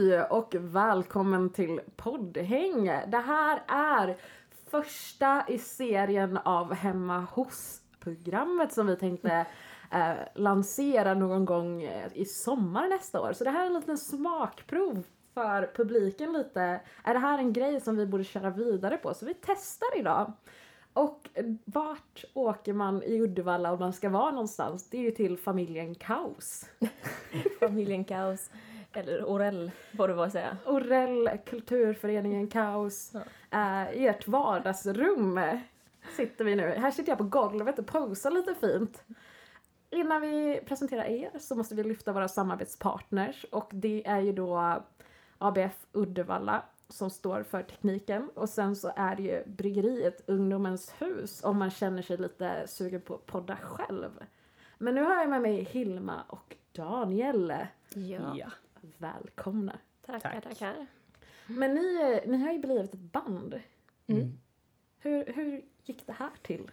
Hej och välkommen till poddhäng. Det här är första i serien av Hemma hos-programmet som vi tänkte lansera någon gång i sommar nästa år. Så det här är en liten smakprov för publiken lite. Är det här en grej som vi borde köra vidare på? Så vi testar idag. Och vart åker man i Uddevalla om man ska vara någonstans? Det är ju till familjen Kaos. Familjen Kaos. Eller Orell, vad det var att säga. Orell, kulturföreningen Kaos. Ja. I ert vardagsrum sitter vi nu. Här sitter jag på golvet och posar lite fint. Innan vi presenterar er så måste vi lyfta våra samarbetspartners. Och det är ju då ABF Uddevalla som står för tekniken. Och sen så är det ju bryggeriet Ungdomens hus om man känner sig lite sugen på att podda själv. Men nu har jag med mig Hilma och Daniel. Ja. Välkomna. Tackar. Men ni har ju blivit ett band. Hur gick det här till?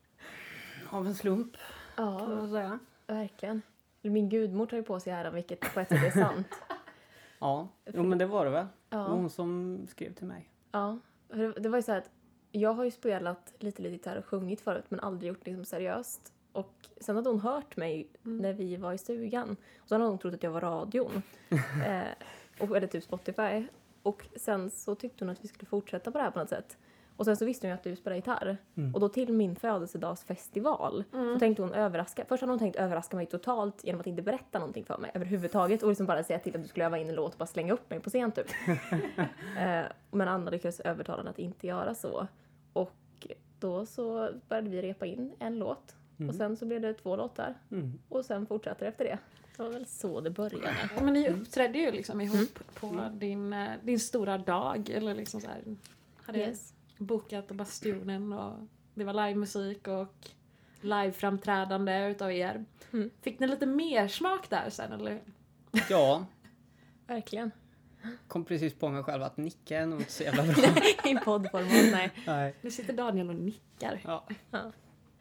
Av en slump. Ja, kan man säga. verkligen. Min gudmor tar ju på sig här, vilket på ett sätt är sant. Ja, jo, men det var det väl. Ja. Det var hon som skrev till mig. Ja, det var ju så här att jag har ju spelat lite gitarr och sjungit förut men aldrig gjort det liksom seriöst. Och sen hade hon hört mig när vi var i stugan. Och så hade hon trott att jag var radion. Eller typ Spotify. Och sen så tyckte hon att vi skulle fortsätta på det här på något sätt. Och sen så visste hon ju att du spelar gitarr. Och då till min födelsedagsfestival så tänkte hon överraska. Först hade hon tänkt överraska mig totalt genom att inte berätta någonting för mig överhuvudtaget. Och liksom bara säga till att du skulle öva in en låt och bara slänga upp mig på scen typ. Men Anna lyckades övertala henne att inte göra så. Och då så började vi repa in en låt. Och sen så blev det 2 låtar. Och sen fortsatte det efter det. Det var väl så det började. Ja, men ni uppträdde ju liksom ihop på din stora dag. Eller liksom så här. Hade bokat Bastionen och det var livemusik och liveframträdande utav er. Fick ni lite mer smak där sen eller? Ja, Verkligen. kom precis på mig själv att nicka är nog inte så jävla bra. I poddformat, nej. Nu sitter Daniel och nickar. Ja. Ja.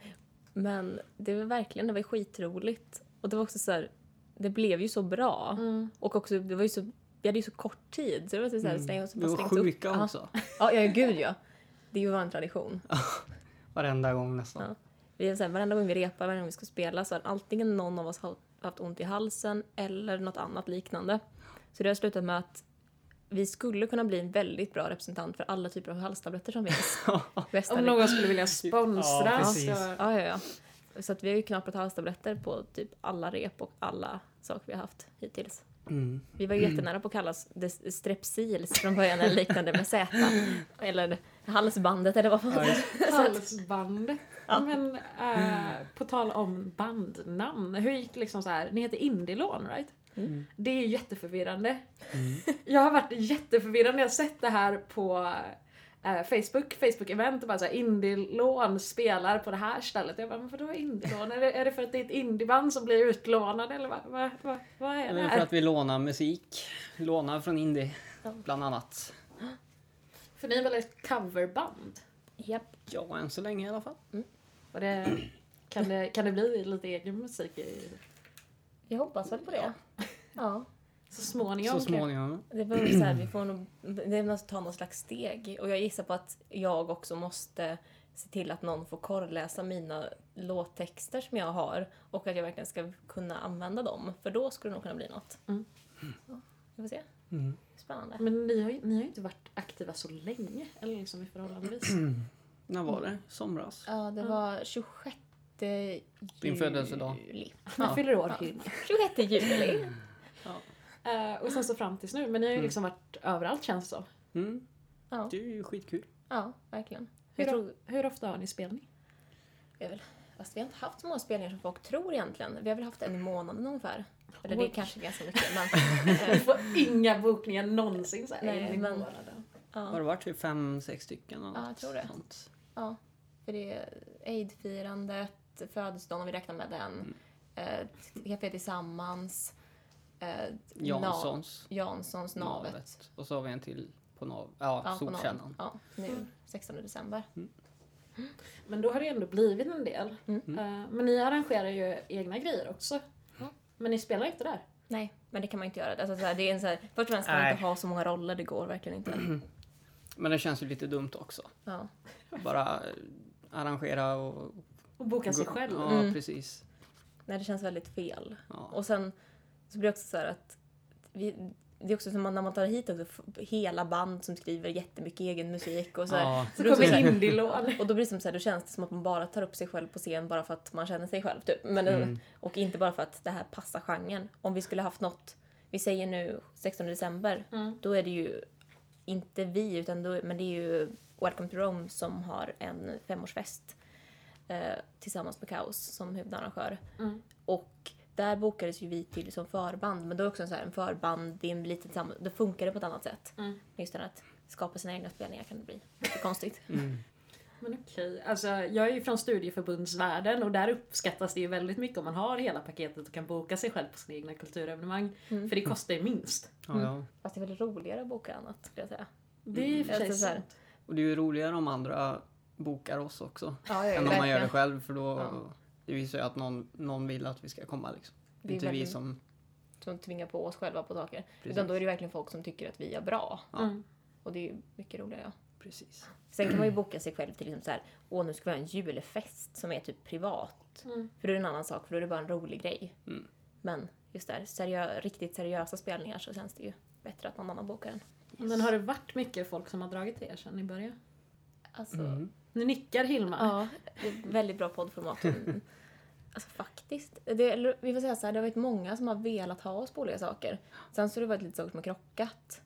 Men det var skitroligt. Och det var också så här, det blev ju så bra. Och också, det var ju så, vi hade ju så kort tid. Så det var så här, Vi var sjuka också. Ja, gud ja. Det var en tradition. Varenda gång nästan. Ja. Vi så här, varenda gång vi repar, varenda gång vi ska spela så har antingen någon av oss haft ont i halsen eller något annat liknande. Så det har slutat med att vi skulle kunna bli en väldigt bra representant för alla typer av halstabletter som finns. Om någon skulle vilja sponsra. Ja, precis. Ja. Så att vi har ju knappat halstabletter på typ alla rep och alla saker vi har haft hittills. Vi var ju jättenära på att kallas strepsils från början eller liknande med Z. Eller halsbandet eller vad fan. Halsbandet. Ja. Men på tal om bandnamn. Hur gick det liksom så här? Ni heter Indilån, right? Det är ju jätteförvirrande. Jag har varit jätteförvirrad när jag sett det här på Facebook-event och bara så här, Indilån spelar på det här stället. Jag bara, men vadå Indilån? Är det för att det är ett indieband som blir utlånade eller vad är det Eller här? för att vi lånar musik. Lånar från indie, bland annat. För ni är väl ett coverband? Japp. Ja, än så länge i alla fall. Och kan det bli lite egen musik i... Jag hoppas väl på det. Ja. Så småningom. Det var så här, det måste ta någon slags steg. Och jag gissar på att jag också måste se till att någon får korrläsa mina låttexter som jag har. Och att jag verkligen ska kunna använda dem. För då skulle det nog kunna bli något. Ja, vi får se. Spännande. Men ni har ju inte varit aktiva så länge. Eller liksom i förhållandevis. När var det? Somras? Ja, det var 26 juli. Din födelsedag. När fyller år Hilma? 26 juli. Och sen så fram tills nu. Men ni har ju liksom varit överallt känns det som. Ja. Det är ju skitkul. Ja, verkligen. Hur ofta har ni spelning? Fast vi har inte haft så många spelningar som folk tror egentligen. Vi har väl haft en i månaden ungefär. Eller det är kanske ganska mycket. Men, Vi får inga bokningar någonsin så här. Nej, men- Har det varit typ 5-6 stycken? Ja, jag tror det. Sånt. ja, för det är Eid-firandet, födelsedagen om vi räknar med den. Café tillsammans. Janssons navet. Och så har vi en till på Nav. Ja, Solkällan. Ja, nu 16 december. Men då har det ändå blivit en del. Men ni arrangerar ju egna grejer också. Men ni spelar inte där. Nej, men det kan man inte göra. Alltså, så här, det är en så här, först och främst kan man inte ha så många roller, det går verkligen inte. Men det känns ju lite dumt också. Ja. Bara arrangera och boka sig själv. Ja, precis. Nej, det känns väldigt fel. Ja. Och sen så blir det också så här att det är också som när man tar hit också, hela band som skriver jättemycket egen musik och så här. Ja. Så kommer indie-lån. Och då blir det som så här, då känns det som att man bara tar upp sig själv på scen bara för att man känner sig själv typ. Men, och inte bara för att det här passar genren. Om vi skulle haft något, vi säger nu 16 december, då är det ju inte vi utan men det är ju Welcome to Rome som har en 5-årsfest tillsammans med Kaos som huvudarrangör. Och där bokades ju vi till som förband, men då är också en förband, det är en liten det funkar det på ett annat sätt. Just det, att skapa sina egna spelningar kan det bli lite konstigt. Men okej, alltså jag är ju från studieförbundsvärlden och där uppskattas det ju väldigt mycket om man har hela paketet och kan boka sig själv på sina egna kulturevenemang. För det kostar ju minst. Ja. Fast det är väldigt roligare att boka annat, skulle jag säga. Det är ju för sig sant. Och det är ju roligare om andra bokar oss också. Ja, än om man gör det själv, för då det visar ju att någon vill att vi ska komma liksom. Det är inte vi som tvingar på oss själva på saker. Precis. Utan då är det verkligen folk som tycker att vi är bra. Ja. Och det är ju mycket roligare, ja. Precis. Sen kan man ju boka sig själv till liksom så här, nu ska vi ha en julfest som är typ privat. För då är det en annan sak, för då är det bara en rolig grej. Men just där, riktigt seriösa spelningar så känns det ju bättre att någon annan bokar den. Men har det varit mycket folk som har dragit till er sedan ni började? Alltså, Nu nickar Hilma. ja, det är väldigt bra poddformat. Alltså faktiskt. Vi får säga så här, det har varit många som har velat ha oss på olika saker. Sen så har det varit lite saker som har krockat.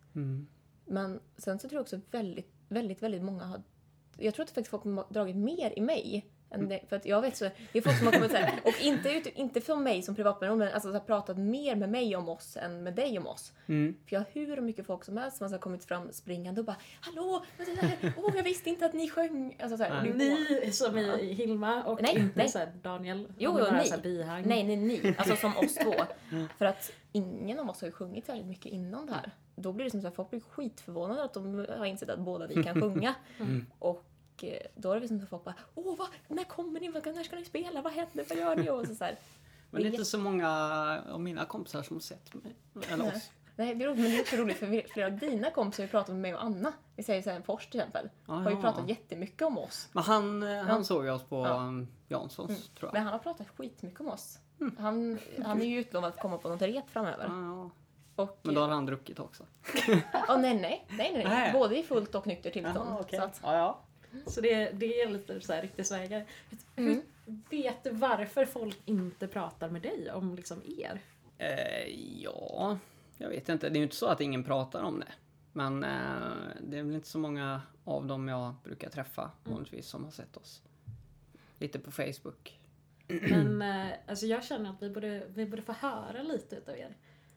Men sen så tror jag också väldigt många har... Jag tror att faktiskt folk har dragit mer i mig. Än det, för att jag vet så, det är folk som har kommit så här, och inte från mig som privatperson, men alltså, så har pratat mer med mig om oss än med dig om oss. För jag har hur mycket folk som helst som har kommit fram springande och bara, hallå, jag visste inte att ni sjöng. Alltså, så här, Ni som i Hilma och inte så här, Daniel. Jo, ni. så här, nej, ni. Alltså som oss två. För att ingen av oss har ju sjungit väldigt mycket innan det här. Då blir det som så här, folk blir skitförvånade att de har insett att båda vi kan sjunga. Och då är det som så folk bara, när kommer ni? När ska ni spela? Vad händer? Vad gör ni? Och så här. Men det är inte så många av mina kompisar som har sett mig. Eller oss. Nej, det är roligt, men det är också roligt för flera av dina kompisar har pratat med mig och Anna. Vi säger så här, Fors till exempel. Har ju pratat jättemycket om oss. Men han såg oss på Janssons, tror jag. Men han har pratat skitmycket om oss. Han är ju utlovad att komma på något rep framöver. Och, men då har han druckit också. Nej. Både i fullt och nykter tillstånd. Okay. Så att, Så det är lite så här riktigt svägare. Vet du varför folk inte pratar med dig om liksom er? Ja, jag vet inte. Det är ju inte så att ingen pratar om det. Men det är väl inte så många av dem jag brukar träffa vanligtvis som har sett oss. Lite på Facebook. Men alltså jag känner att vi borde få höra lite utav er.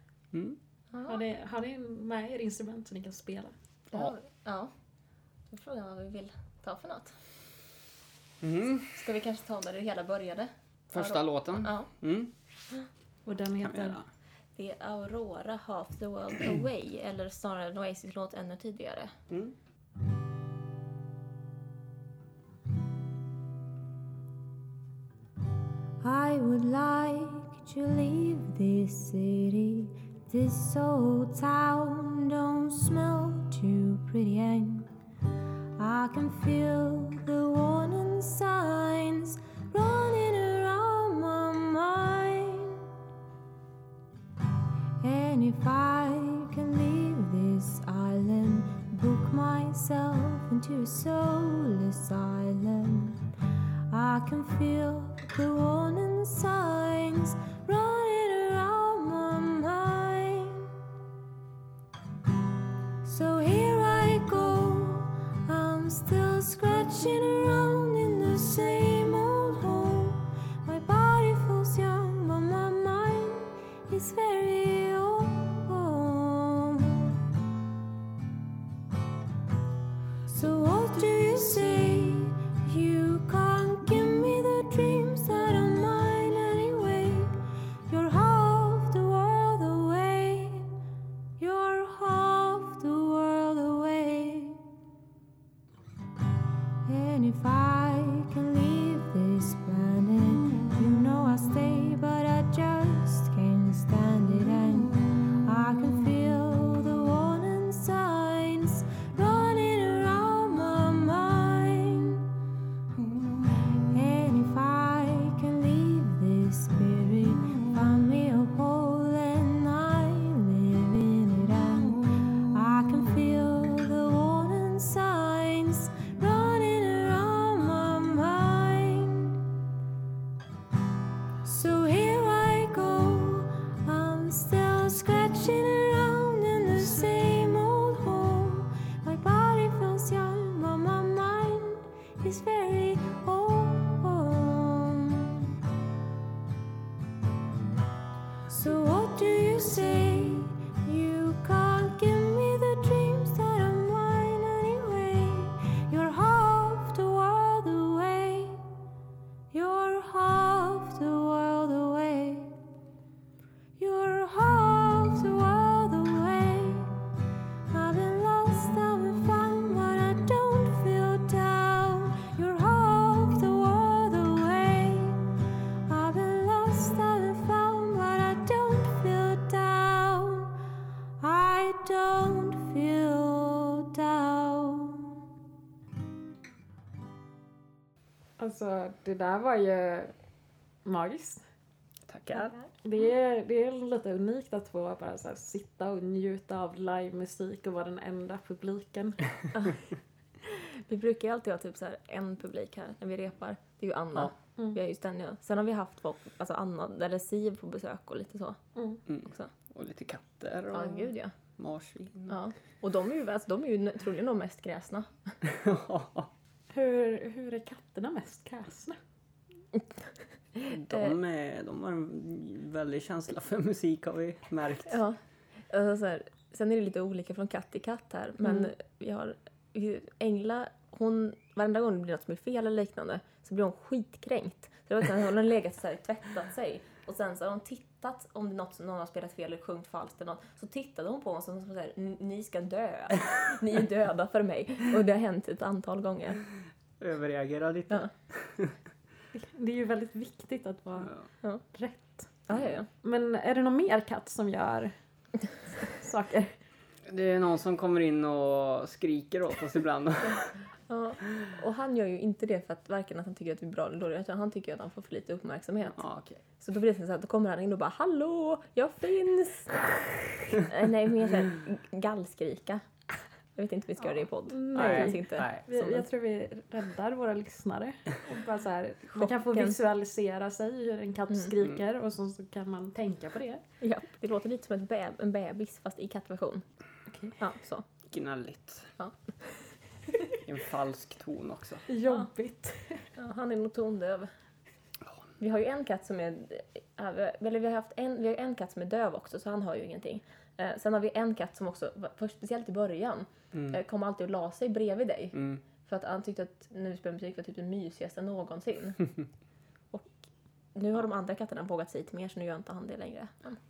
Har ni med er instrument så ni kan spela? Ja. Då frågar jag vad vi vill ta för något. Ska vi kanske ta där det hela började? Första låten? Ja. Och den heter? Det är Aurora, Half the World Away. Eller snarare en Oasis-låt ännu tidigare. I would like to leave this city. This old town don't smell too pretty, and I can feel the warning signs running around my mind. And if I can leave this island, book myself into a soulless island, I can feel the warning signs running around my mind. So here I go, I'm still scratching around in the same old hole. My body feels young, but my mind is very old. So what do you say? You can't give me the dreams that I'm So what do you say? You can't give me the dreams that are mine anyway. You're half the world away. You're half the world away. You're half the world away. I've been lost, I've been found, but I don't feel down. You're half the world away. I've been lost, I've been found, but I don't feel down. I don't feel down. Alltså, det där var ju magiskt. Tackar. Det är lite unikt att få bara så här sitta och njuta av livemusik och vara den enda publiken. Vi brukar ju alltid ha typ så här en publik här när vi repar. Det är ju Anna. Ja. Vi har ju Stenja. Sen har vi haft folk, alltså Anna eller Siv på besök och lite så också. Och lite katter och Ja, gud ja. marsvin. Ja. Och de är ju troligen de mest kräsna. Hur är katterna mest kräsna? De har en väldig känsla för musik har vi märkt. Ja. Alltså, så här, sen är det lite olika från katt till katt här. Men vi har Engla, varenda gång det blir något som är fel eller liknande så blir hon skitkränkt. Så det var så här, hon har legat så här, tvättat sig. Och sen så har hon tittat om det är något som någon har spelat fel eller sjungit falskt eller något. Så tittade hon på oss som så här, ni ska dö. Ni är döda för mig. Och det har hänt ett antal gånger. Överreagerar lite. Ja. Det är ju väldigt viktigt att vara Ja. rätt. Ja. Men är det någon mer katt som gör saker? Det är någon som kommer in och skriker åt oss ibland. Ja. Och han gör ju inte det för att varken att han tycker att vi är bra eller dåliga, utan han tycker att han får för lite uppmärksamhet. Ja, okej. Så då blir det så att då kommer han in och bara hallå, jag finns! Nej, mer såhär gallskrika. Jag vet inte om vi ska göra det i podd. Nej. Kanske inte. Nej. Jag tror vi räddar våra lyssnare. Och bara så här, man kan få Chocken. visualisera sig hur en katt skriker och så kan man tänka på det. Ja, det låter lite som en bebis fast i kattversion. Okej. Ja, så. Gnälligt. Ja. I en falsk ton också. Jobbigt. Ja, han är nog tondöv. Vi har ju en katt som är... Eller vi har en katt som är döv också, så han har ju ingenting. Sen har vi en katt som också, först speciellt i början, kom alltid och la sig bredvid dig. Mm. För att han tyckte att när vi spelade musik var typ det mysigaste någonsin. Och nu har de andra katterna vågat sig till mer, så nu gör inte han det längre.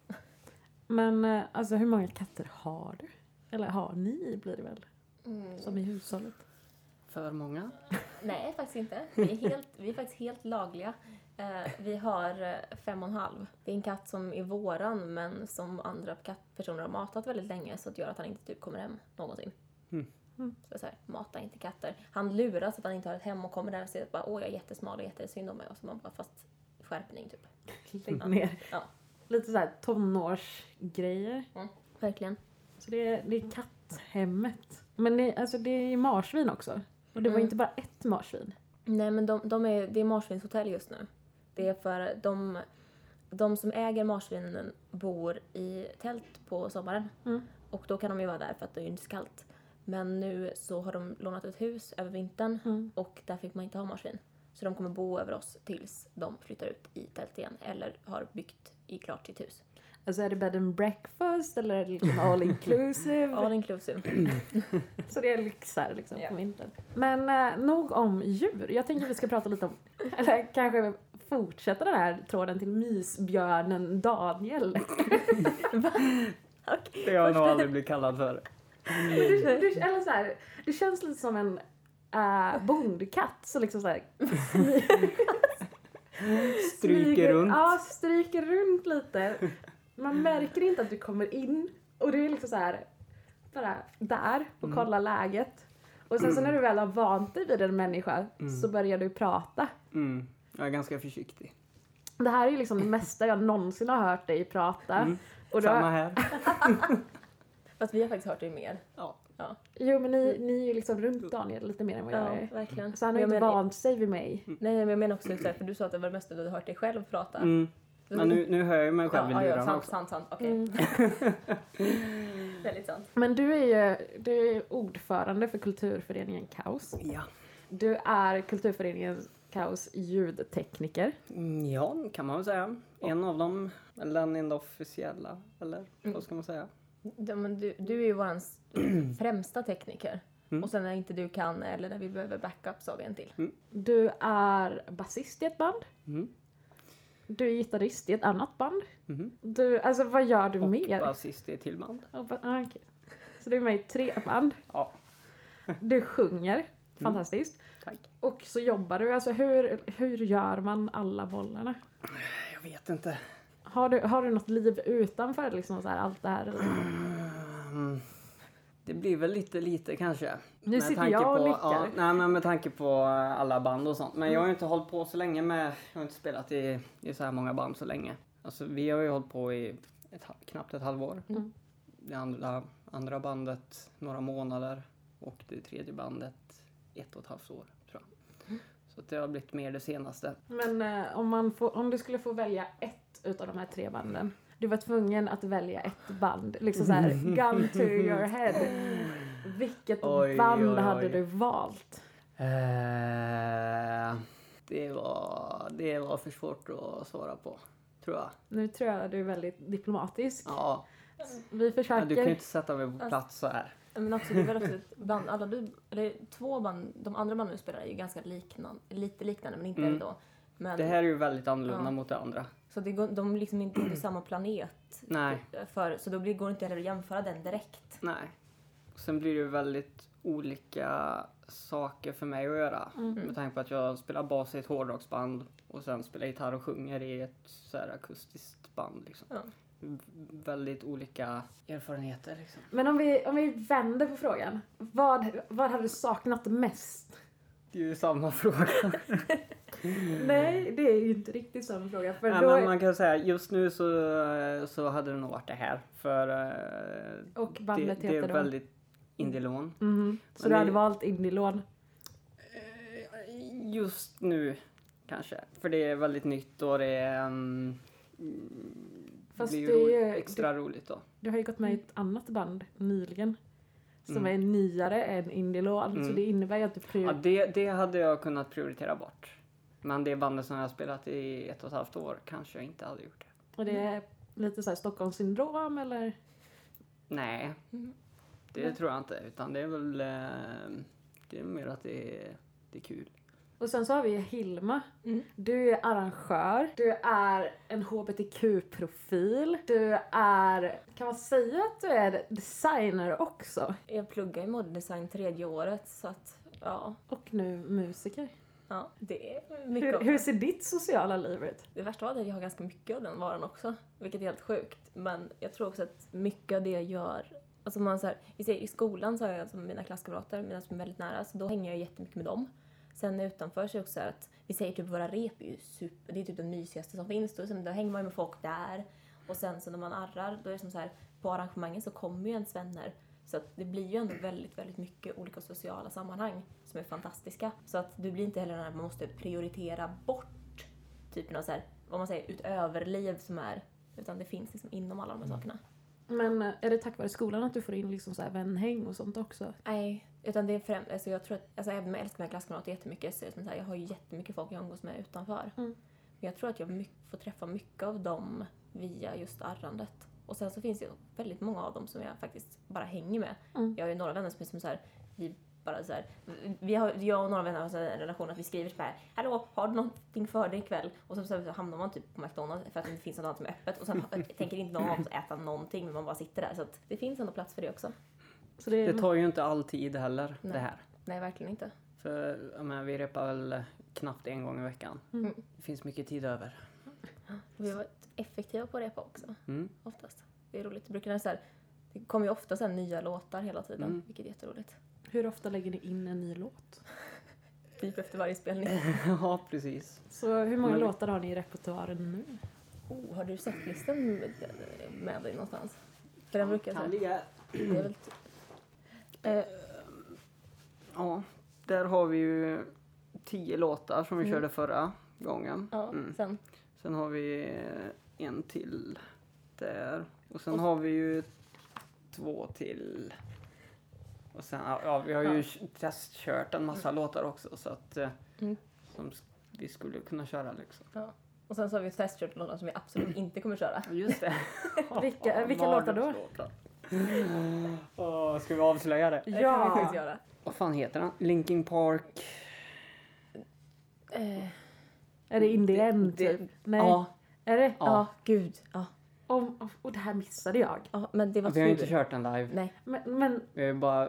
Men alltså hur många katter har du? Eller har ni blir det väl? Som i hushållet? För många. Nej, faktiskt inte. Vi är faktiskt helt lagliga. Vi har 5,5. Det är en katt som är våran, men som andra kattpersoner har matat väldigt länge, så att gör att han inte typ kommer hem någonsin. Så här, mata inte katter. Han luras att han inte har ett hem och kommer där och säger att bara, åh, jag är jättesmal och jättesynd om mig. Och så man bara, fast skärpning typ. Lägg ner. Ja. Lite så här tonårsgrejer. Verkligen. Så det är katthemmet. Men det är marsvin också. Och det var inte bara ett marsvin. Nej, men det är marsvinshotell just nu. Det är för de som äger marsvinen bor i tält på sommaren. Och då kan de ju vara där för att det är ju inte så kallt. Men nu så har de lånat ett hus över vintern och där fick man inte ha marsvin. Så de kommer bo över oss tills de flyttar ut i tält igen eller har byggt klart sitt hus. Alltså är det bed and breakfast eller är det liksom all inclusive? All inclusive. Så det är lyxar liksom på vintern. Men nog om djur. Jag tänker vi ska prata lite om, eller kanske fortsätta den här tråden till mysbjörnen Daniel. Det har jag nog aldrig blivit kallad för. Eller så här, det känns lite som en bondkatt. Så liksom så här, Stryker runt. Ja, stryker runt lite. Man märker inte att du kommer in. Och du är liksom så här, bara där och kollar läget. Och sen så när du väl har vant dig vid en människa så börjar du prata. Jag är ganska försiktig. Det här är ju liksom det mesta jag någonsin har hört dig prata. Och då, Samma här. Fast vi har faktiskt hört det mer. Ja. jo men ni är ju liksom runt Daniel lite mer än vad jag Ja, är. verkligen. Så han har ju inte vant sig vid mig. Nej, men jag menar också så här, för du sa att det var det mesta du hade hört dig själv prata. Men nu hör jag mig själv i lurarna också. Sant. Okej. Väldigt sant. Men du är ordförande för kulturföreningen Kaos. Ja. Du är kulturföreningen Kaos ljudtekniker. Ja, kan man väl säga. En av dem, eller den enda officiella, eller vad ska man säga? Men du är ju vår främsta tekniker. Mm. Och sen när inte du kan eller när vi behöver backup så har vi en till. Du är basist i ett band. Mm. Du är gitarrist i ett annat band. Mhm. Du, alltså vad gör du Och mer? basist i ett till band. Okej. Så du är med i 3 band. Ja, Du sjunger. Fantastiskt. tack. Och så jobbar du. Alltså hur gör man alla bollarna? Jag vet inte. Har du något liv utanför liksom så här, allt det här? Mm. Det blir väl lite kanske. Nu Med sitter tanke jag och på, nickar. ja, nej, men med tanke på alla band och sånt. Men jag har ju inte hållit på så länge med, jag har inte spelat i så här många band så länge. Alltså vi har ju hållit på i knappt ett halvår. Mm. Det andra bandet några månader och det tredje bandet 1,5 år tror jag. Så att det har blivit mer det senaste. Men om du skulle få välja ett utav de här 3 banden. Du var tvungen att välja ett band. Liksom så här, gun to your head. Vilket Oj, band oj, oj. hade du valt? Det var för svårt att svara på, tror jag. Nu tror jag du är väldigt diplomatisk. Ja, Vi försöker. du kan ju inte sätta mig på plats så här. Men också det är väl också ett band, eller 2 band, de andra banden du spelar är ju ganska lite liknande men inte är det då. Men, Det här är ju väldigt annorlunda mot det andra. så de är liksom inte på samma planet. Nej. Så då går det inte heller att jämföra den direkt. Nej. Sen blir det ju väldigt olika saker för mig att göra. Med tanke på att jag spelar bas i ett hårdrocksband och sen spelar gitarr och sjunger i ett så här akustiskt band. Liksom. Ja. Väldigt olika erfarenheter. Liksom. Men om vi vänder på frågan. Vad hade du saknat mest? Det är ju samma fråga. Nej, det är ju inte riktigt samma fråga. För Ja, då men man kan säga just nu så hade det nog varit det här. För och bandet det heter är då? väldigt indielån. Mhm. Så Men du det- hade valt indielån? Just nu kanske. För det är väldigt nytt och det är... Fast det blir det ju är ju- extra roligt då. Du har ju gått med i ett annat band nyligen. Som Mm. är nyare än indielån. Så det innebär ju att du Ja, prioriterar. det hade jag kunnat prioritera bort. Men det bandet som jag har spelat i 1,5 år kanske jag inte hade gjort det. Och det är lite så här Stockholmssyndrom eller? Nej, det tror jag inte. Utan det är väl det är mer att det är kul. Och sen så har vi Hilma. Mm. Du är arrangör. Du är en HBTQ-profil. Du är, kan man säga att du är designer också? Jag pluggar i modedesign 3:e året så att ja, Och nu musiker. det är mycket av Hur ser ditt sociala liv ut? Det värsta var att jag har ganska mycket av den varan också, vilket är helt sjukt. Men jag tror också att mycket av det jag gör, alltså man så här, i skolan så har jag alltså mina klasskamrater, mina som är väldigt nära, så då hänger jag jättemycket med dem. Sen utanför så är det också att vi säger typ våra rep är ju det är typ det mysigaste som finns. Då hänger man ju med folk där. Och sen så när man arrar, då är det som så här, på arrangemangen så kommer ju ens vänner. Så att det blir ju ändå väldigt, väldigt mycket olika sociala sammanhang som är fantastiska. Så att du blir inte heller när man måste prioritera bort typen av så här, vad man säger, utöverliv som är. Utan det finns liksom inom alla de här sakerna. Men är det tack vare skolan att du får in liksom så här vänhäng och sånt också? Nej, utan det är främst, alltså jag tror att, alltså även om jag älskar mina klasskamrater jättemycket så är det som så här, jag har ju jättemycket folk jag umgås med utanför. Mm. Men jag tror att jag får träffa mycket av dem via just arrandet. Och sen så finns det ju väldigt många av dem som jag faktiskt bara hänger med. Mm. Jag har ju några vänner som är som så här, vi bara så här, jag och några vänner har så här en relation att vi skriver så här: hallå, har du någonting för dig ikväll? Och så hamnar man typ på McDonald's för att det inte finns något annat som är öppet. Och sen tänker inte någon av oss äta någonting, men man bara sitter där. Så att det finns ändå plats för det också. Så det är, Det tar ju inte all tid heller, Nej. det här. Nej, verkligen inte. För jag menar, vi repar väl knappt 1 gång i veckan. Mm. Det finns mycket tid över. Vi har varit effektiva på det på också, Mm. oftast. Det är roligt. Det brukar så här, det kommer ju ofta så här nya låtar hela tiden, Mm. vilket är jätteroligt. hur ofta lägger ni in en ny låt? Typ efter varje spelning. Ja, precis. Så hur många Men- låtar har ni i repertoaren nu? Har du setlistan med dig någonstans? För den brukar så här, ligga. det är väl typ, Ja, där har vi ju 10 låtar som vi körde förra gången. ja, sen. Sen har vi en till där. Och sen har vi ju 2 till. Och sen, ja, vi har ju testkört en massa låtar också så att Mm. som vi skulle kunna köra liksom. Ja. Och sen så har vi festkörtlåtar som vi absolut inte kommer köra. Just det. Vilka låtar då? Ska vi avslöja det? Det kan vi faktiskt göra. Vad fan heter den? Linkin Park. Är det In the End typ? Nej. Ja. Är det? Ja, gud. Ja. Och det här missade jag. Ja, men det var Vi har ju inte tur. kört den live. Nej. Men Vi har ju bara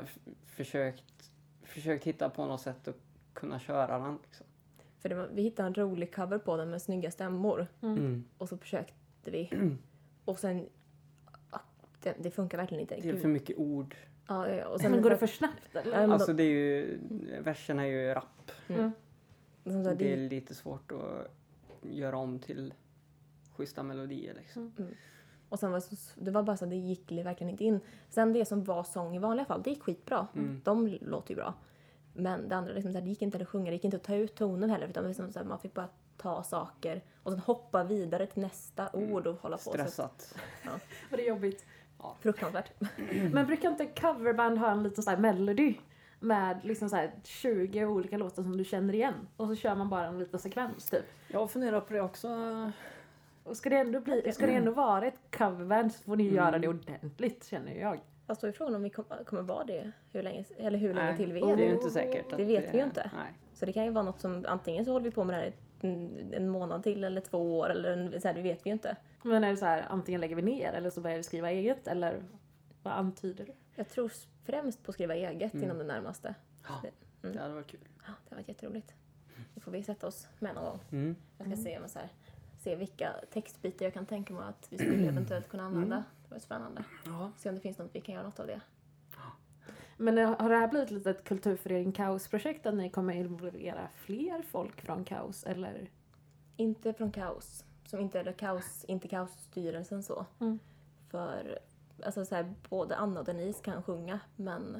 försökt hitta på något sätt att kunna köra den. Liksom. För vi hittade en rolig cover på den med snygga stämmor. Och så försökte vi. Och sen... ja, det funkar verkligen inte. Det är för mycket ord. Ja, och sen går det för snabbt eller? Ja, men Alltså det är ju... Versen är ju rap. som sagt, Det är lite svårt att göra om till schyssta melodier liksom. Och sen det var bara så att det gick verkligen inte in. Sen det som var sång i vanliga fall, det gick skitbra. De låter ju bra. Men det andra, liksom, det gick inte att sjunga, det gick inte att ta ut tonen heller. Utan liksom, så här, man fick bara ta saker och sen hoppa vidare till nästa ord och hålla på. Stressat. Var det jobbigt? Fruktansvärt. Men brukar inte coverband ha en liten sån här melody? Med liksom så här 20 olika låtar som du känner igen. Och så kör man bara en liten sekvens typ. Jag funderar på det också. Och ska det ändå vara ett coverband så får ni göra det ordentligt känner jag. Fast då är frågan om vi kommer vara det hur länge till vi Det är är ju det. inte säkert. Det vet vi ju inte. Nej. Så det kan ju vara något som antingen så håller vi på med det här en månad till eller 2 år eller så här, det vet vi ju inte. Men är det så här, antingen lägger vi ner eller så börjar vi skriva eget eller vad antyder du? Jag tror främst på att skriva eget inom det närmaste. Det hade varit kul. Ja, det har varit jätteroligt. Det får vi sätta oss med någon gång. Jag ska se vilka textbitar jag kan tänka mig att vi skulle eventuellt kunna använda. Det var spännande. Ja. Se om det finns något vi kan göra något av det. Men har det här blivit lite ett kulturförening Kaos-projekt att ni kommer involvera fler folk från Kaos eller? Inte från Kaos. Inte Kaos-styrelsen så. För alltså så här, både Anna och Denise kan sjunga men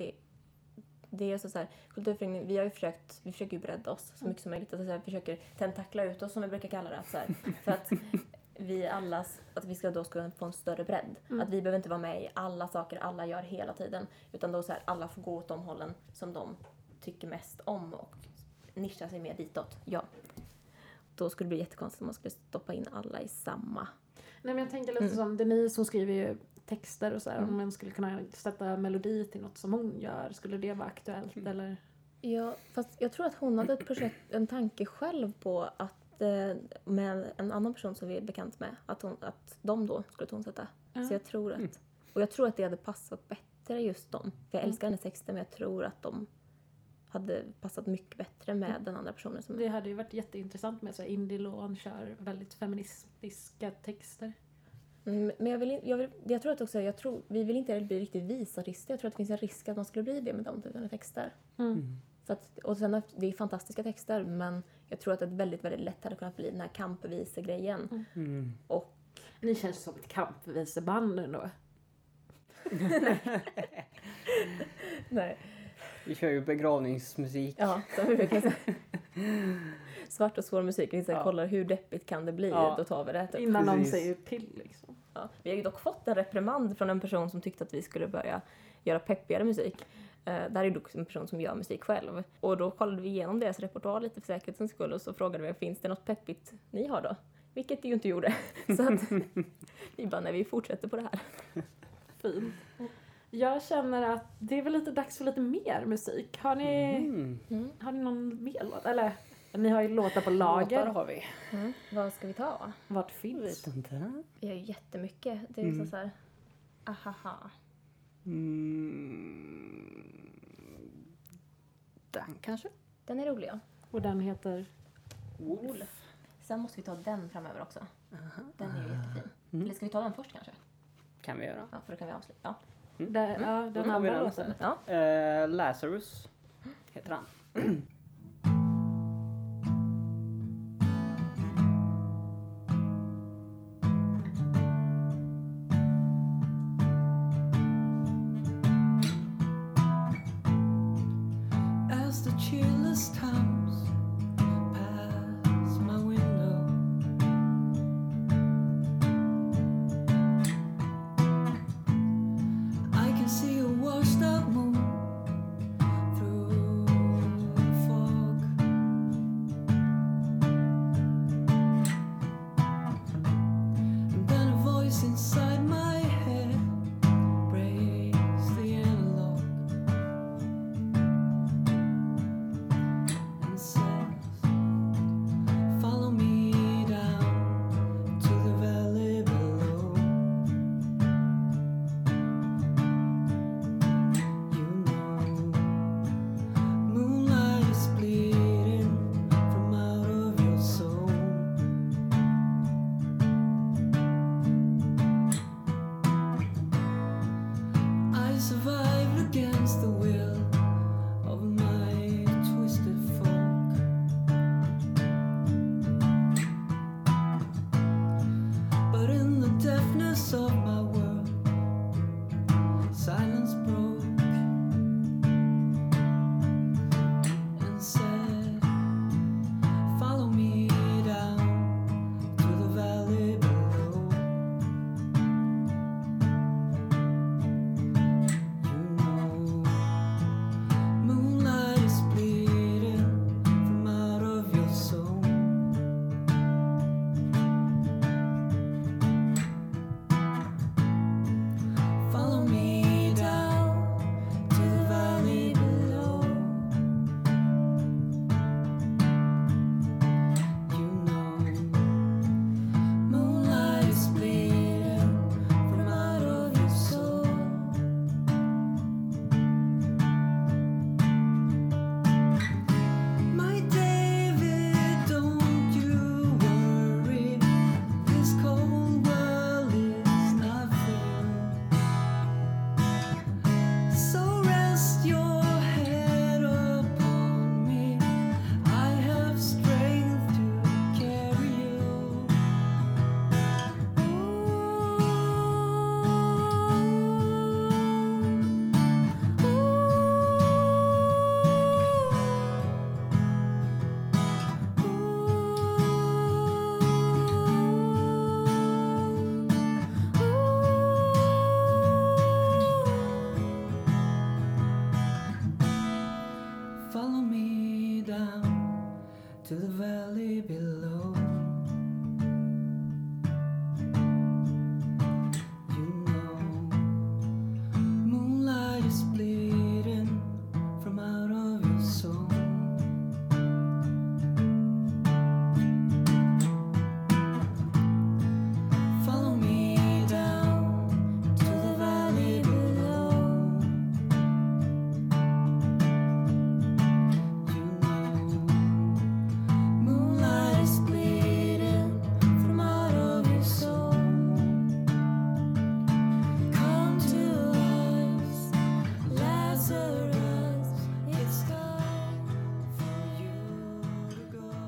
det är så här, kulturföreningen, vi försöker ju bredda oss så mycket som möjligt. Alltså, så här, vi försöker tentakla ut oss som vi brukar kalla det. Så här, för att att vi ska få en större bredd. Att vi behöver inte vara med i alla saker alla gör hela tiden. Utan då så här, alla får gå åt de hållen som de tycker mest om och nischa sig mer ditåt. Ja. Då skulle det bli jättekonstigt om man skulle stoppa in alla i samma. Nej men jag tänker lite som Denise som skriver ju texter och så här. Om man skulle kunna sätta melodi till något som hon gör. Skulle det vara aktuellt eller? Ja, fast jag tror att hon hade en tanke själv på att med en annan person som vi är bekant med att de då skulle tonsätta. Så jag tror att det hade passat bättre just dem. För jag älskar hennes texter men jag tror att de hade passat mycket bättre med den andra personen. Det hade ju varit jätteintressant med så här, Indie Lån kör väldigt feministiska texter. Men jag tror att också, vi vill inte bli riktigt visartister. Jag tror att det finns en risk att man skulle bli det med de typen av texter. För att, och sen att det är fantastiska texter men jag tror att det väldigt, väldigt lätt hade kunnat bli den här kampvise-grejen. Och ni känns som ett kampviseband ändå. nej. Vi kör ju begravningsmusik. Ja, så vi kan säga. Svart och svår musik. Vi kollar hur deppigt kan det bli. Då tar vi det. Typ. Innan någon säger till liksom. Ja. Vi har ju dock fått en reprimand från en person som tyckte att vi skulle börja göra peppigare musik. Där är dock en person som gör musik själv. Och då kollade vi igenom deras repertoar lite för säkerhetens skull. Och så frågade vi, finns det något peppigt ni har då? Vilket det ju inte gjorde. Så att vi bara, nej vi fortsätter på det här. Fint. Jag känner att det är väl lite dags för lite mer musik. Har ni någon mer låt? Eller, ni har ju låtar på lager. Låtar har vi. Vad ska vi ta? Vart finns? Vi har ju jättemycket. Det är så här, ahaha. Den kanske? Den är rolig, ja. Och den heter? Wolf. Sen måste vi ta den framöver också. Den är ju jättefin. Eller ska vi ta den först kanske? Kan vi göra. Ja, för då kan vi avsluta. Ja. Den Då tar vi andra den låten. istället. Ja. Lazarus heter han. As the cheerless times pass my window, I can see a washed up moon through voice inside my head breaks the analog and says, follow me down to the valley below. You know, moonlight is bleeding from out of your soul. I survived against the will of my twisted folk. But in the deafness of my world, silence broke and said, follow me down to the valley below. You know, moonlight is bleeding from out of your soul. Follow me down to the valley below. You know, moonlight is bleeding from out of your soul. My David, don't you worry. This cold world is nothing. So rest your head upon me. I have strength to carry you. Follow me down to the valley below. You know, moonlight is bleeding from out of your soul. Follow me down to the valley below. You know, moonlight is bleeding from out of your soul. Come to us, Lazarus. It's time for you to go.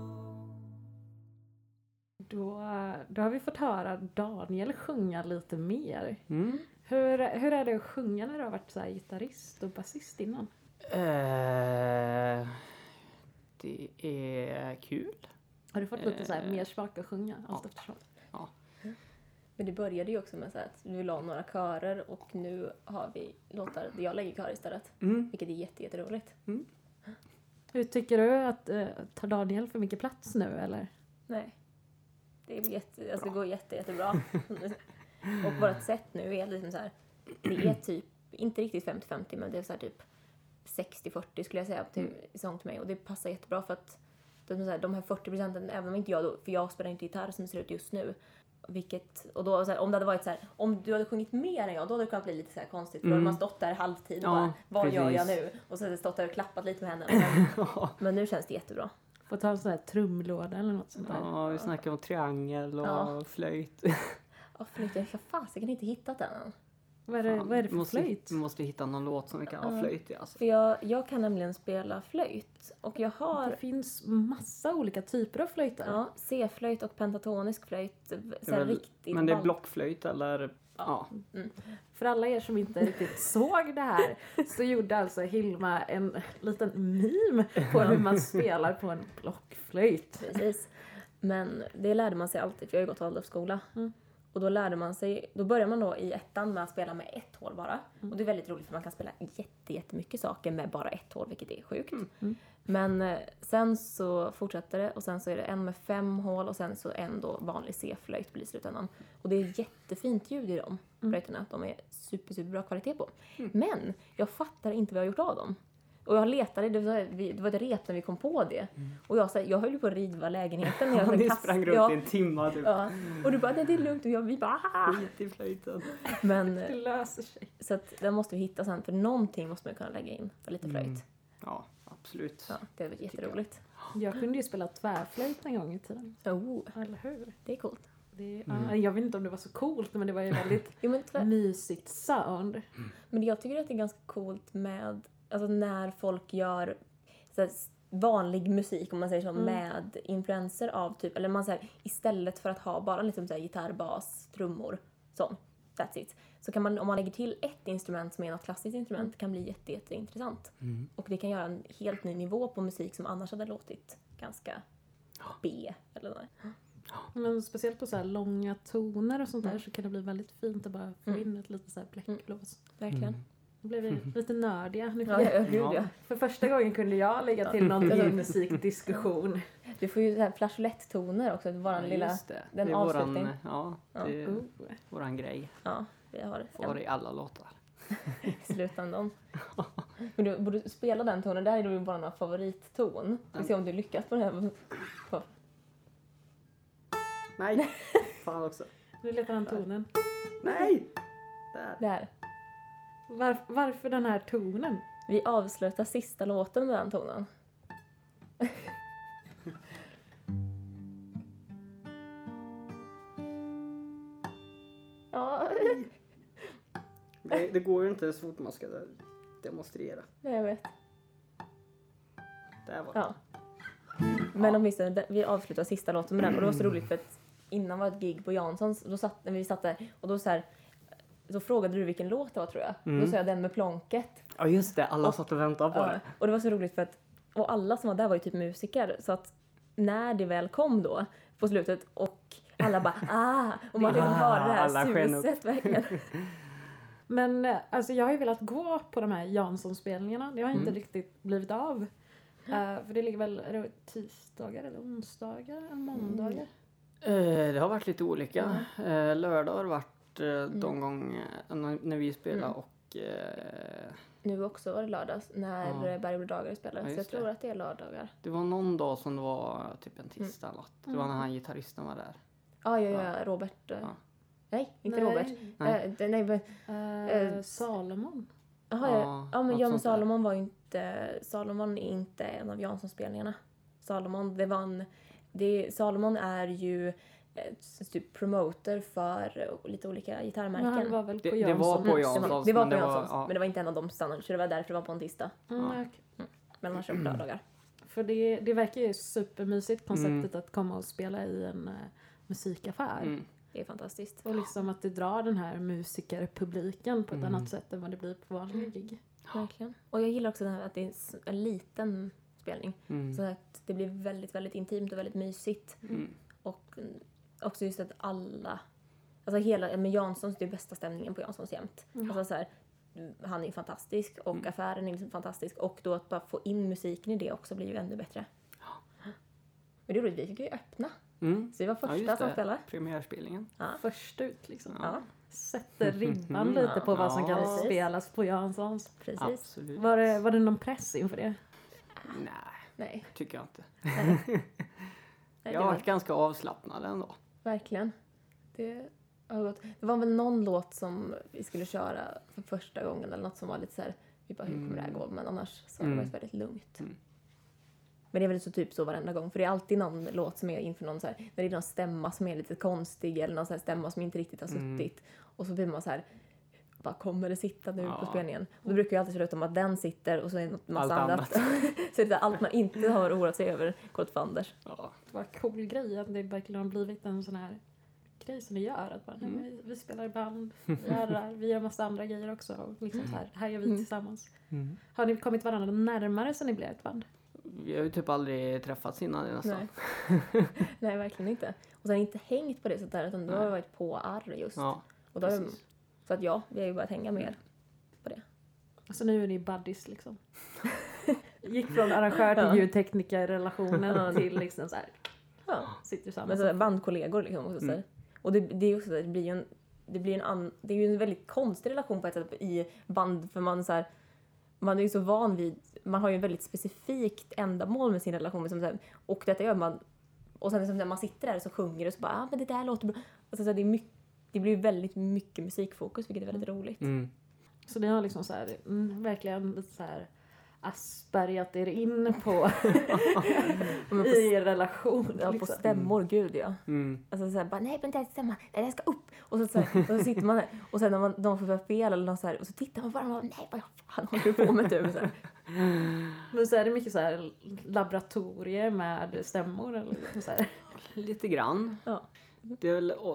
Då har vi fått höra Daniel sjunga lite mer. Mm. Hur är det att sjunga när du har varit så här gitarrist och basist innan? Det är kul. Har du fått lite så här mer smak att sjunga allt eftersom? Men det började ju också med så här att vi la några körer och nu har vi låtar där jag lägger kör istället. Mm. Vilket är jätteroligt. Hur tycker du att tar Daniel för mycket plats nu eller? Nej. Det är det går jättebra. Och vårt sätt nu är liksom så här. Det är typ, inte riktigt 50-50 men det är så här typ 60-40 skulle jag säga i sång till mig. Och det passar jättebra för att de här 40%, även om inte jag då, för jag spelar inte gitarr som det ser ut just nu. Och då så här, om det hade varit så här, om du hade sjungit mer än jag, då hade det kunnat bli lite så här konstigt. För då hade man stått där halvtid och bara, vad gör jag nu? Och så hade jag stått där och klappat lite med henne. Men nu känns det jättebra. Får ta en sån här trumlåda eller något sånt där. Ja, vi snackar om triangel och flöjt. Ja, flöjt, jag kan inte hitta den än. Vad är det för flöjt? Vi måste hitta någon låt som vi kan ha flöjt i. Alltså. För jag kan nämligen spela flöjt. Och jag har... Det finns massa olika typer av flöjter. Ja, C-flöjt och pentatonisk flöjt. Så här riktigt men det är ballt. blockflöjt eller... Ja. För alla er som inte riktigt såg det här så gjorde alltså Hilma en liten meme på hur man spelar på en blockflöjt. Precis. Men det lärde man sig alltid, för jag har ju gått Waldorfskola. Och då lärde man sig, då börjar man då i ettan med att spela med ett hål bara. Och det är väldigt roligt för man kan spela jättemycket saker med bara ett hål, vilket är sjukt. Men sen så fortsätter det och sen så är det en med 5 hål och sen så en då vanlig C-flöjt blir i slutändan. Och det är jättefint ljud i de flöjterna. De är superbra kvalitet på. Men jag fattar inte vad jag har gjort av dem. Och jag letade, det var ett rep när vi kom på det. Och jag höll ju på att riva lägenheten. Jag Ni sprang runt i en timme typ. Ja. Och du bara, nej det är lugnt. Och vi bara, Skit i flöjten. Men Det löser sig. så att den måste vi hitta sen. För någonting måste man kunna lägga in för lite flöjt. Ja, absolut. Ja, det var jätteroligt. Jag kunde ju spela tvärflöjt en gång i tiden. Oh, Eller hur? det är coolt. Jag vet inte om det var så coolt, men det var ju väldigt Jo, men, mysigt sound. men jag tycker att det är ganska coolt med, alltså när folk gör så här, vanlig musik, om man säger så, med influenser av typ, eller man säger istället för att ha bara liksom så här, gitarr, bas, trummor, sån, that's it. Så kan man, om man lägger till ett instrument som är något klassiskt instrument, kan bli jätteintressant. Och det kan göra en helt ny nivå på musik som annars hade låtit ganska B eller något. Men speciellt på så här långa toner och sånt där så kan det bli väldigt fint att bara få in ett litet så här bläckblås. Verkligen. Då blev vi lite nördiga. Nu får Ja, ja. För första gången kunde jag lägga till någon musikdiskussion. Du får ju så här flageolet-toner också, våran lilla, Just det. den det är avslutning. det är våran grej. Ja, vi har Får i alla låtar. i slutändan. Men du borde spela den tonen, där är du bara någon favoritton. Vi ser om du lyckas på den här. Nej! Fan också. Nu letar han tonen. Nej! Där. Där. Varför den här tonen? Vi avslutar sista låten med den tonen. Ja, Det går ju inte så fort man ska demonstrera. nej, jag vet. Där var det. Ja. Men åtminstone, vi avslutar sista låten med den. Och det var så roligt för att innan var ett gig på Janssons. Då när vi satt där och då så här, då frågade du vilken låt det var, tror jag. Då sa jag den med plånket. Ja just det, alla satt och väntade på Ja, det. och det var så roligt för att, och alla som var där var ju typ musiker, så att när det väl kom då på slutet och alla bara och man liksom hörde det alla här sken upp. suset verkligen. Men alltså jag har ju velat gå på de här Jansson-spelningarna. Det har inte riktigt blivit av. För det ligger väl, är det tisdagar eller onsdagar eller måndagar? Det har varit lite olika. Lördag har varit de gånger när vi spelade och Nu också var det lördags när Berg Dagar spelade, Ja, så jag just tror det. att det är lördagar. det var någon dag som det var typ en tisdag eller något. Det var när han gitarristen var där. Ja, Robert. Nej, inte Robert. Nej. Nej, Salomon. Jaha, ja, men något Jan sånt där. Salomon var ju inte, Salomon är inte en av Jansson-spelningarna. Salomon är ju typ promoter för lite olika Men gitarrmärken. han var väl på Det Jansson. var på också. Janssons. Det var men på det var- Janssons, ja. men det var inte en av de standarder, så det var därför det var på en tisdag. Okej. Men man köpte lördagar. För det verkar ju supermysigt konceptet att komma och spela i en musikaffär. Det är fantastiskt. Och liksom att det drar den här musikerpubliken på ett annat sätt än vad det blir på vanlig gig. Verkligen. Och jag gillar också det här att det är en liten spelning. Så att det blir väldigt, väldigt intimt och väldigt mysigt. Och också just att alla, alltså hela, med Janssons, det är bästa stämningen på Janssons jämt. Alltså så här, han är ju fantastisk och affären är liksom fantastisk. Och då att bara få in musiken i det också blir ju ännu bättre. Men det är roligt, vi fick ju öppna. Så vi var första som spelade. Premiärspelningen. Först ut liksom. Ja, Sätter ribban lite på vad som kan Ja. spelas på Janssons. precis. Absolut. Var det någon press inför det? Nej, Nej, tycker jag inte. nej Jag det har var varit ganska avslappnad ändå. verkligen. Det har gått. Det var väl någon låt som vi skulle köra för första gången eller något som var lite så här, vi bara hur kommer det här gå? Men annars så har det varit väldigt lugnt. Men det är väl så typ så varenda gång, för det är alltid någon låt som är inför någon så här, när det är någon stämma som är lite konstig eller någon så här stämma som inte riktigt har suttit och så blir man så här, bara kommer det sitta nu på spelningen? Och då brukar jag alltid sluta om att den sitter och så är det något massa Allt annat. Så det är allt man inte har oroat sig över går till fanders. Ja. Det var en cool grej att det verkligen har blivit en sån här grej som det gör. Att bara, nej, vi spelar i band, vi gör massa andra grejer också. Och liksom så här gör vi tillsammans. Har ni kommit varandra närmare sen ni blev ett band? vi har ju typ aldrig träffats innan nästan. Nej. Nej, verkligen inte. Och sen inte hängt på det sättet utan då har jag varit på arr just. Ja, och då har jag, precis. så att ja, vi har ju börjat hänga mer på det. Så nu är ni buddies liksom. Gick från arrangör till ljudtekniker-relationen till liksom så här. Ja. Sitter Men tillsammans. så här, bandkollegor liksom också. Så här. Och det är också så här, det är ju en väldigt konstig relation på ett sätt i band för man så här, man är ju så van vid, man har ju en väldigt specifikt ändamål med sin relation liksom så här, och detta gör man och sen liksom, när man sitter där så sjunger och så bara men det där låter bra. Alltså, så här, det blir väldigt mycket musikfokus vilket är väldigt roligt. Så ni har liksom så här, verkligen lite så här aspergat er in på i er relation. Ja, på liksom. stämmor, gud ja. Alltså såhär, bara nej men det här stämma, det här ska upp. Och så sitter man där och sen när de får fel eller något så här, och så tittar man på varandra och nej vad fan håller du på med du? Så här. Men så är det mycket så här laboratorier med stämmor eller liksom så här. Lite grann. Ja. Det är väl,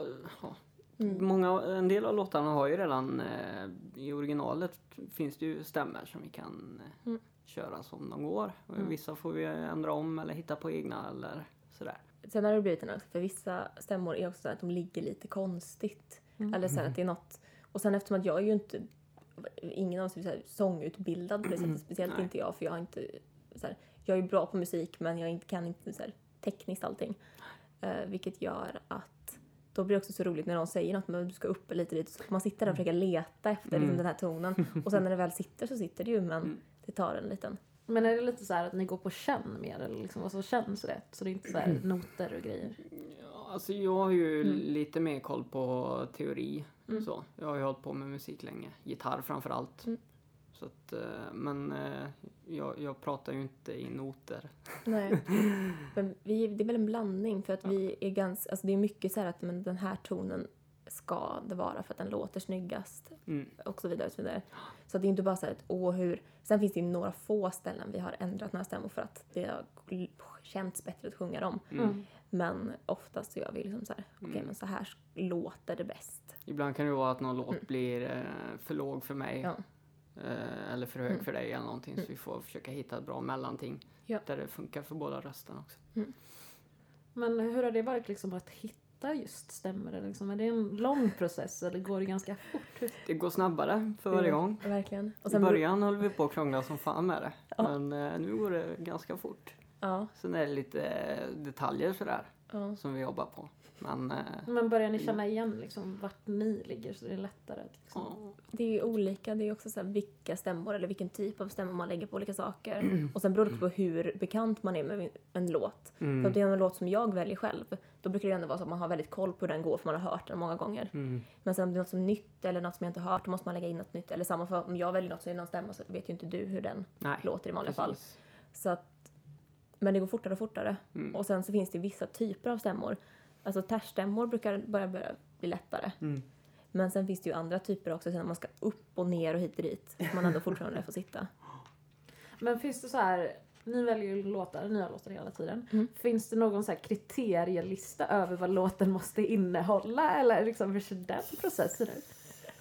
en del av låtarna har ju redan i originalet finns det ju stämmor som vi kan köra som de går. Och vissa får vi ändra om eller hitta på egna eller sådär. Sen har det blivit en för vissa stämmor är också så att de ligger lite konstigt. Eller så här, att det är något. Och sen eftersom att jag är ju inte ingen av oss är så här sångutbildad på det sättet. Speciellt inte jag för jag har inte så här, jag är bra på musik men jag kan inte så här, tekniskt allting. Vilket gör att då blir det också så roligt när någon säger något men du ska upp lite dit så får man sitta där och försöka leta efter liksom, den här tonen. Och sen när det väl sitter så sitter det ju men det tar en liten. Men är det lite så här att ni går på känn mer eller liksom vad som känns rätt? Så det är inte så här noter och grejer. Ja, alltså jag har ju lite mer koll på teori. Så. Jag har ju hållit på med musik länge. Gitarr framförallt. Så att, men jag pratar ju inte i noter. Nej. Men det är väl en blandning för att vi är ganska, alltså det är mycket så här att men den här tonen ska det vara för att den låter snyggast och så vidare och så vidare. Så att det är inte bara så här att sen finns det ju några få ställen vi har ändrat några stämmor för att det har känts bättre att sjunga dem. Men oftast så gör vi liksom så här, okej, men så här låter det bäst. Ibland kan det vara att någon låt blir för låg för mig. Ja. Eller för hög för dig eller någonting. Så vi får försöka hitta ett bra mellanting. Ja. Där det funkar för båda rösterna också. Men hur har det varit liksom att hitta just stämmor? Eller liksom? Är det en lång process eller går det ganska fort? Det går snabbare för varje gång. Verkligen. Och I sen början höll vi på att krångla som fan med det. Ja. Men nu går det ganska fort. Ja. Sen är det lite detaljer sådär. Ja. Som vi jobbar på. Men börjar ni känna igen liksom vart ni ligger så det är lättare? Liksom. Det är ju olika. Det är också så här vilka stämmor eller vilken typ av stämmor man lägger på olika saker. Och sen beror det på hur bekant man är med en låt. För om det är en låt som jag väljer själv, då brukar det ändå vara så att man har väldigt koll på hur den går för man har hört den många gånger. Men sen om det är något som är nytt eller något som jag inte har hört, då måste man lägga in något nytt. Eller samma för om jag väljer något så är det någon stämma så vet ju inte du hur den låter i vanliga fall. Så att, men det går fortare och fortare. Och sen så finns det vissa typer av stämmor. Alltså tärstämmor brukar börja bli lättare. Men sen finns det ju andra typer också. Sen när man ska upp och ner och hit och dit. Så man ändå fortfarande får sitta. Men finns det så här, ni väljer ju nya låtar hela tiden. Finns det någon så här kriterielista över vad låten måste innehålla? Eller liksom hur ser den processen ut?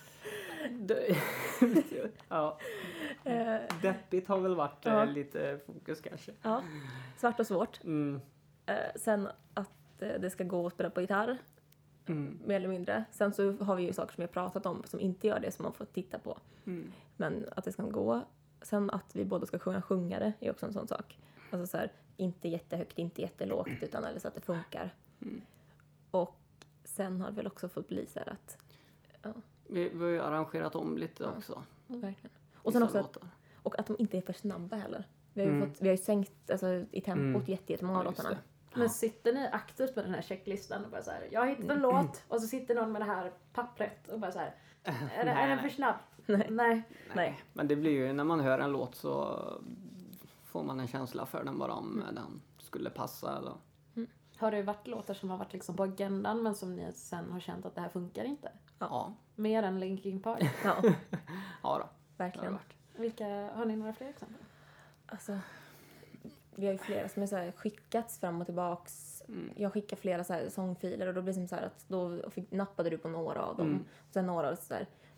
Ja. Deppigt har väl varit lite fokus kanske. Ja, svart och svårt. Sen att det ska gå att spela på gitarr. Mer eller mindre. Sen så har vi ju saker som vi har pratat om som inte gör det som man får titta på. Men att det ska gå. Sen att vi båda ska sjunga det är också en sån sak. Alltså så här, inte jättehögt, inte jättelågt utan eller så att det funkar. Och sen har det väl också fått bli så här att Vi har ju arrangerat om lite också. Verkligen. Och sen också att de inte är för snabba heller. Vi har ju sänkt alltså, i tempot jättemånga av låtarna. Men sitter ni aktivt med den här checklistan och bara så här, jag har hittat en låt och så sitter någon med det här pappret och bara så här, är den för snabb? Nej. Men det blir ju, när man hör en låt så får man en känsla för den bara om den skulle passa eller. Har det varit låtar som har varit liksom på agendan men som ni sen har känt att det här funkar inte? Ja. Mer än Linkin Park? Ja, Ja då. verkligen. Har ni några fler exempel? Alltså, vi har ju flera som är så här skickats fram och tillbaks. Jag skickar flera så här sångfiler och då blir det som så här att då nappade du på några av dem. Och sen några så här.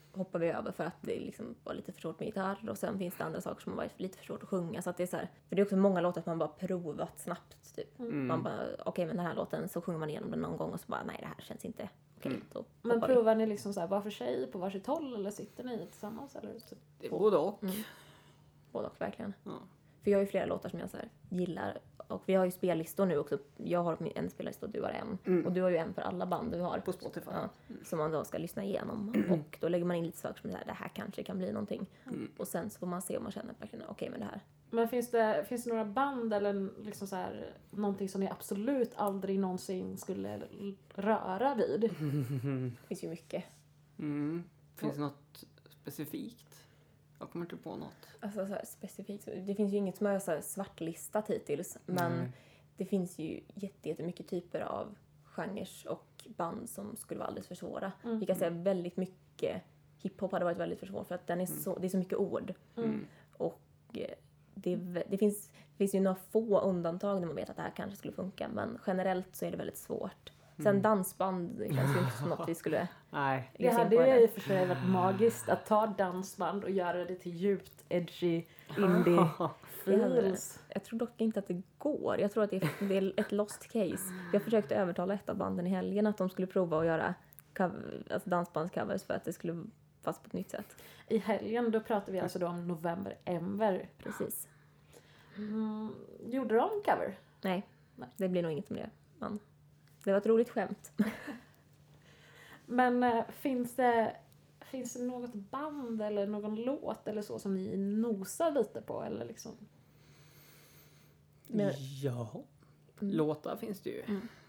hoppar vi över för att det liksom var lite för svårt med gitarr. Och sen finns det andra saker som har varit lite för svårt att sjunga. Så att det är så här, för det är också många låtar att man bara provat snabbt. Typ. Man bara, okej, men den här låten så sjunger man igenom den någon gång och så bara, nej, det här känns inte okej. Då Men hoppar vi. provar ni liksom så här var för sig på varsitt håll eller sitter ni tillsammans? Eller? Det är både och. Både och, verkligen. Ja. För jag har ju flera låtar som jag så här gillar. Och vi har ju spellistor nu också. Jag har en spellista och du har en. Och du har ju en för alla band du har. På Spotify. Ja, som man då ska lyssna igenom. Och då lägger man in lite saker som det här kanske kan bli någonting. Och sen så får man se om man känner verkligen okej med det här. Men finns det några band eller liksom så här, någonting som ni absolut aldrig någonsin skulle röra vid? Det finns ju mycket. Finns det något specifikt? Jag kommer inte på något. Alltså så här specifikt. Det finns ju inget som är så här svartlistat hittills. Men det finns ju jättemycket typer av genrer och band som skulle vara alldeles för svåra. Vi kan säga väldigt mycket. Hiphop hade varit väldigt för svårt för att den är det är så mycket ord. Och det finns ju några få undantag när man vet att det här kanske skulle funka. Men generellt så är det väldigt svårt. Sen dansband, det känns ju inte som något vi skulle... Nej. Det hade ju i och för sig varit magiskt att ta dansband och göra det till djupt, edgy, indie feels. Jag tror dock inte att det går. Jag tror att det är ett lost case. Jag försökte övertala ett av banden i helgen att de skulle prova att göra alltså dansbandscovers för att det skulle fast på ett nytt sätt. I helgen då pratar vi alltså då om November Ember. Precis. Gjorde de cover? Nej, det blir nog inget med det. Men det var ett roligt skämt. Men finns det något band eller någon låt eller så som ni nosar lite på eller liksom? Men- Ja. Låtar finns det ju.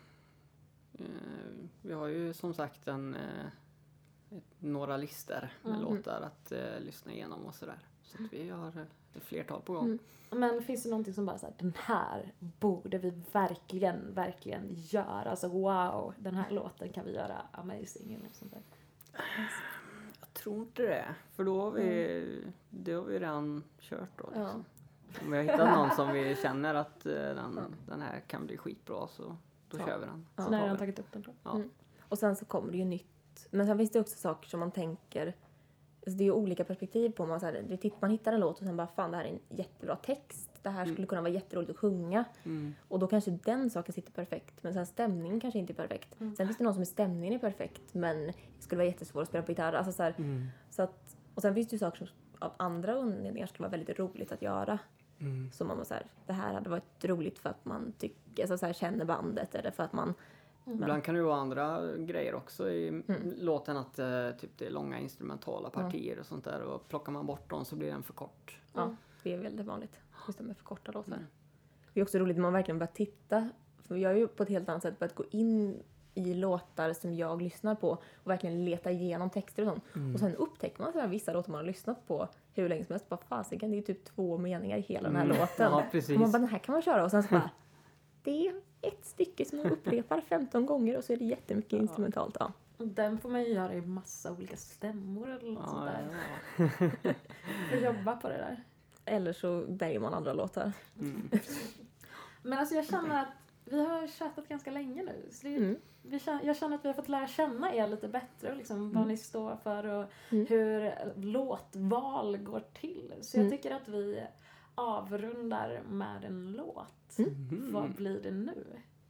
Vi har ju som sagt några listor med låtar att lyssna igenom och sådär. Så att vi har ett flertal på gång. Men finns det någonting som bara så här, den här borde vi verkligen göra. Alltså wow, den här låten kan vi göra amazing eller sånt där. Jag tror inte det. För då har det har vi redan kört då. Liksom. Om vi har hittat någon som vi känner att den här kan bli skitbra så då kör vi den. Så när har han tagit upp den då? Ja. Och sen så kommer det ju nytt. Men sen finns det också saker som man tänker... Alltså det är ju olika perspektiv på. Man hittar en låt och sen bara fan det här är en jättebra text. Det här skulle kunna vara jätteroligt att sjunga. Och då kanske den saken sitter perfekt. Men sen stämningen kanske inte är perfekt. Sen finns det någon som är stämningen är perfekt. Men det skulle vara jättesvårt att spela på gitarr. Alltså så här, så att, och sen finns det ju saker som av andra anledningar skulle vara väldigt roligt att göra. Så man var så här, det här hade varit roligt för att man tycker, alltså så här, känner bandet. Eller för att man... Ibland kan det ju vara andra grejer också i låten att typ det är långa instrumentala partier och sånt där och plockar man bort dem så blir den för kort. Ja, det är väldigt vanligt. Just det med för korta låtar. Det är också roligt när man verkligen börjar titta. För jag har ju på ett helt annat sätt börjat gå in i låtar som jag lyssnar på och verkligen leta igenom texter och sånt. Och sen upptäcker man så här vissa låtar man har lyssnat på hur länge som helst. Bara fasiken, det är typ 2 meningar i hela den här låten. Ja, precis. Och man bara, den här kan man köra. Och sen så bara, det är ett stycke som man upprepar 15 gånger och så är det jättemycket instrumentalt. Ja. Den får man ju göra i massa olika stämmor eller något sånt där. Ja. Får jobba på det där. Eller så väljer man andra låtar. Men alltså jag känner att vi har chattat ganska länge nu. Så jag känner att vi har fått lära känna er lite bättre. Och liksom vad ni står för och hur låtval går till. Så jag tycker att vi avrundar med en låt. Vad blir det nu?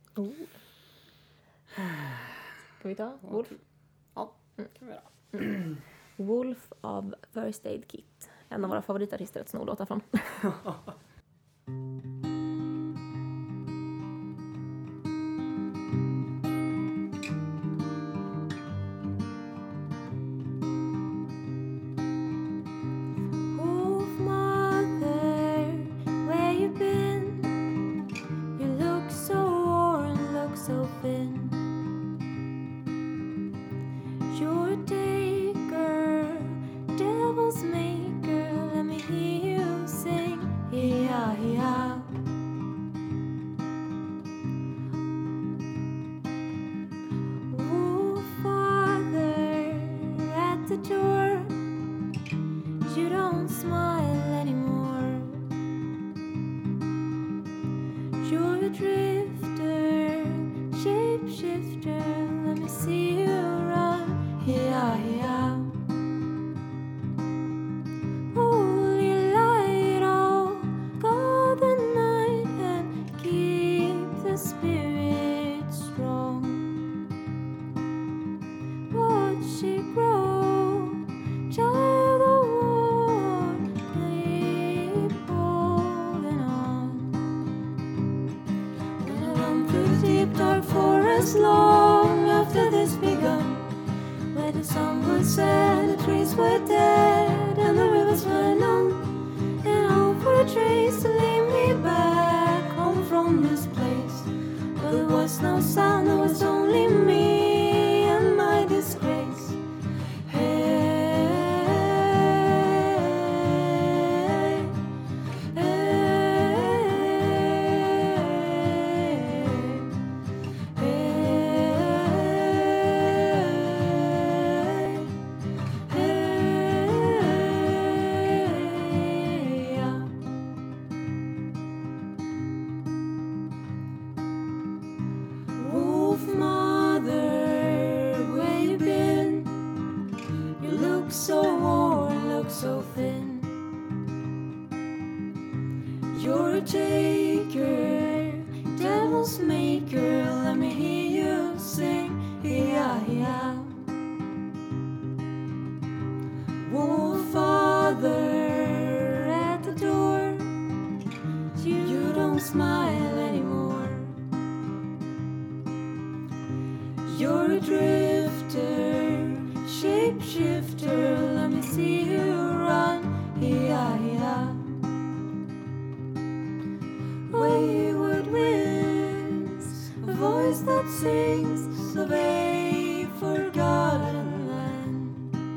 Ska vi ta Wolf? Ja, kan vi göra. Wolf av First Aid Kit. En av våra favoritartister att sno låtar från. Wolf mother, where you been? You look so worn, look so thin. You're a day girl, devil's maker. Let me hear you sing. Yeah, yeah. she grow? Child of war, keep holding on. When I run through the deep dark forest long after this begun, where the sun was set, the trees were dead, and the rivers were numb, and all for a trace to lead me back home from this place, where there was no sound, there was only me and my disgrace. Hey, Wolf mother, where you been? You look so worn, look so thin. You're a taker, devil's maker. Let me hear you sing, yeah. Wolf father at the door, you don't smile anymore. You're a drifter, shapeshifter. Let me see you run, yeah. Wayward winds, a voice that sings of a forgotten land.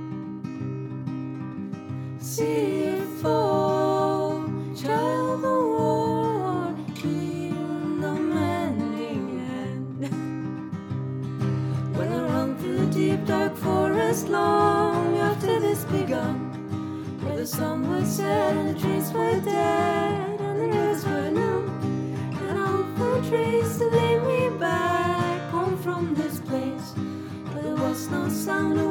See it fall, child of war, in the mending hand. When I run through the deep dark forest long after this begun, where the sun was set and the trees were dead and the rivers were numb, and all for trees to lead me back home from this place, where there was no sound